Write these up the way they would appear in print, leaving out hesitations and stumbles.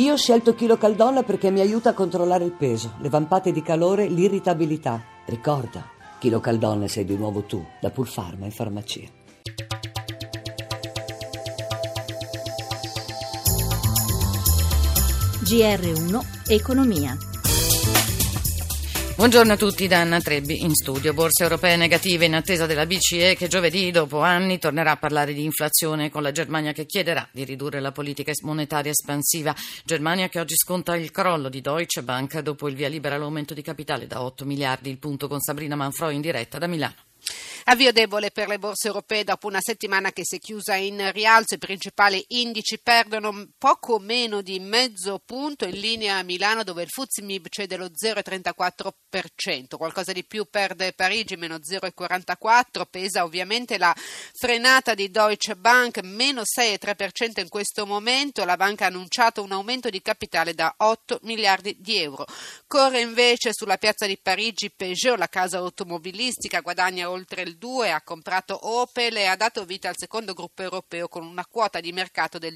Io ho scelto KiloCaldon perché mi aiuta a controllare il peso, le vampate di calore, l'irritabilità. Ricorda, KiloCaldon sei di nuovo tu, da Pulpharma in farmacia. GR1 Economia. Buongiorno a tutti da Anna Trebbi in studio. Borse europee negative in attesa della BCE che giovedì, dopo anni, tornerà a parlare di inflazione con la Germania che chiederà di ridurre la politica monetaria espansiva. Germania che oggi sconta il crollo di Deutsche Bank dopo il via libera all'aumento di capitale da 8 miliardi. Il punto con Sabrina Manfroi in diretta da Milano. Avvio debole per le borse europee dopo una settimana che si è chiusa in rialzo. I principali indici perdono poco meno di mezzo punto, in linea a Milano dove il FTSE MIB cede lo 0,34%, qualcosa di più perde Parigi, meno 0,44%, pesa ovviamente la frenata di Deutsche Bank, meno 6,3% in questo momento. La banca ha annunciato un aumento di capitale da 8 miliardi di euro. Corre invece sulla piazza di Parigi Peugeot, la casa automobilistica, guadagna oltre il 2%, ha comprato Opel e ha dato vita al secondo gruppo europeo con una quota di mercato del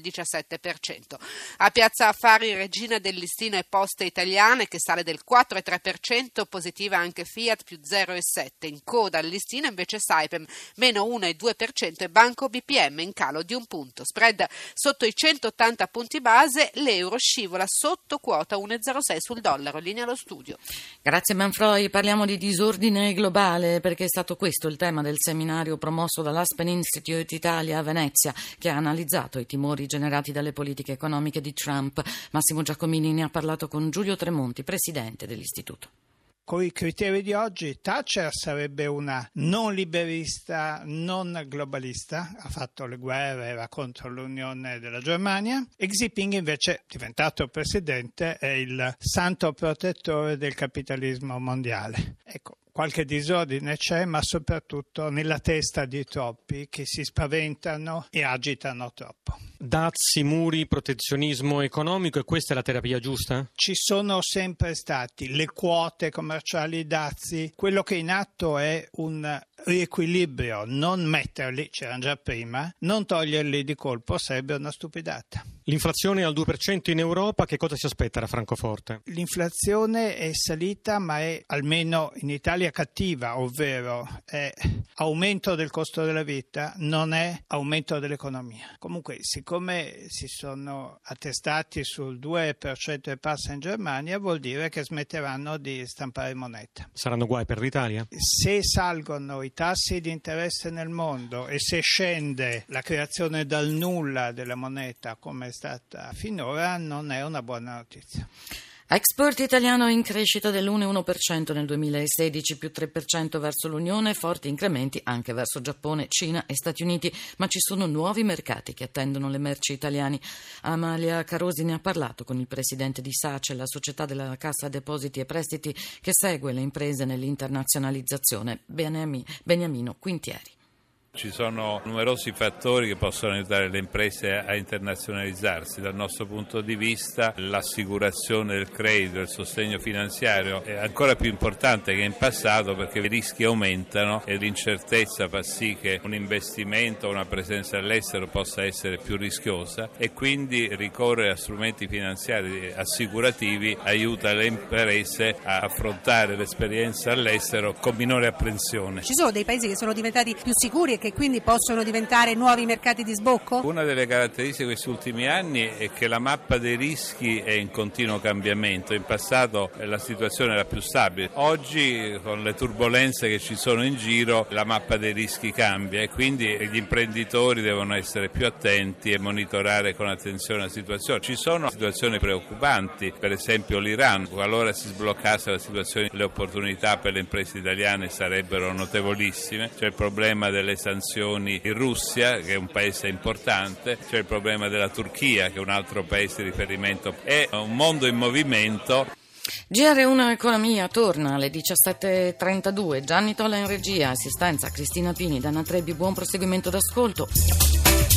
17%. A piazza Affari Regina del Listino e Poste Italiane che sale del 4,3%, positiva anche Fiat più 0,7%. In coda al listino invece Saipem meno 1,2% e Banco BPM in calo di un punto. Spread sotto i 180 punti base, l'euro scivola sotto quota 1,06 sul dollaro. Linea allo studio. Grazie Manfroi, parliamo di disordine globale perché è stato questo il tema del seminario promosso dall'Aspen Institute Italia a Venezia, che ha analizzato i timori generati dalle politiche economiche di Trump. Massimo Giacomini ne ha parlato con Giulio Tremonti, presidente dell'istituto. Con i criteri di oggi Thatcher sarebbe una non liberista, non globalista, ha fatto le guerre, era contro l'Unione della Germania, e Xi Jinping invece, diventato presidente, è il santo protettore del capitalismo mondiale. Ecco, qualche disordine c'è, ma soprattutto nella testa di troppi che si spaventano e agitano troppo. Dazi, muri, protezionismo economico, e questa è la terapia giusta? Ci sono sempre stati le quote commerciali, dazi. Quello che è in atto è un riequilibrio, non metterli, c'erano già prima, non toglierli di colpo sarebbe una stupidata. L'inflazione è al 2% in Europa, che cosa si aspetta da Francoforte? L'inflazione è salita, ma è almeno in Italia cattiva, ovvero è aumento del costo della vita, non è aumento dell'economia. Comunque, siccome si sono attestati sul 2% e passa in Germania, vuol dire che smetteranno di stampare moneta. Saranno guai per l'Italia? Se salgono i tassi di interesse nel mondo e se scende la creazione dal nulla della moneta come è stata finora, non è una buona notizia. Export italiano in crescita dell'1,1% nel 2016, più 3% verso l'Unione, forti incrementi anche verso Giappone, Cina e Stati Uniti, ma ci sono nuovi mercati che attendono le merci italiane. Amalia Carosi ne ha parlato con il presidente di SACE, la società della Cassa Depositi e Prestiti che segue le imprese nell'internazionalizzazione, Beniamino Quintieri. Ci sono numerosi fattori che possono aiutare le imprese a internazionalizzarsi. Dal nostro punto di vista l'assicurazione del credito, il sostegno finanziario è ancora più importante che in passato perché i rischi aumentano e l'incertezza fa sì che un investimento o una presenza all'estero possa essere più rischiosa e quindi ricorrere a strumenti finanziari assicurativi aiuta le imprese a affrontare l'esperienza all'estero con minore apprensione. Ci sono dei paesi che sono diventati più sicuri e che quindi possono diventare nuovi mercati di sbocco? Una delle caratteristiche di questi ultimi anni è che la mappa dei rischi è in continuo cambiamento. In passato la situazione era più stabile. Oggi, con le turbolenze che ci sono in giro, la mappa dei rischi cambia e quindi gli imprenditori devono essere più attenti e monitorare con attenzione la situazione. Ci sono situazioni preoccupanti, per esempio l'Iran. Qualora si sbloccasse la situazione, le opportunità per le imprese italiane sarebbero notevolissime. C'è il problema delle sanzioni in Russia, che è un paese importante, c'è il problema della Turchia, che è un altro paese di riferimento. È un mondo in movimento. GR1 Economia torna alle 17.32. Gianni Tolla in regia, assistenza Cristina Pini, Anna Trebbi, buon proseguimento d'ascolto.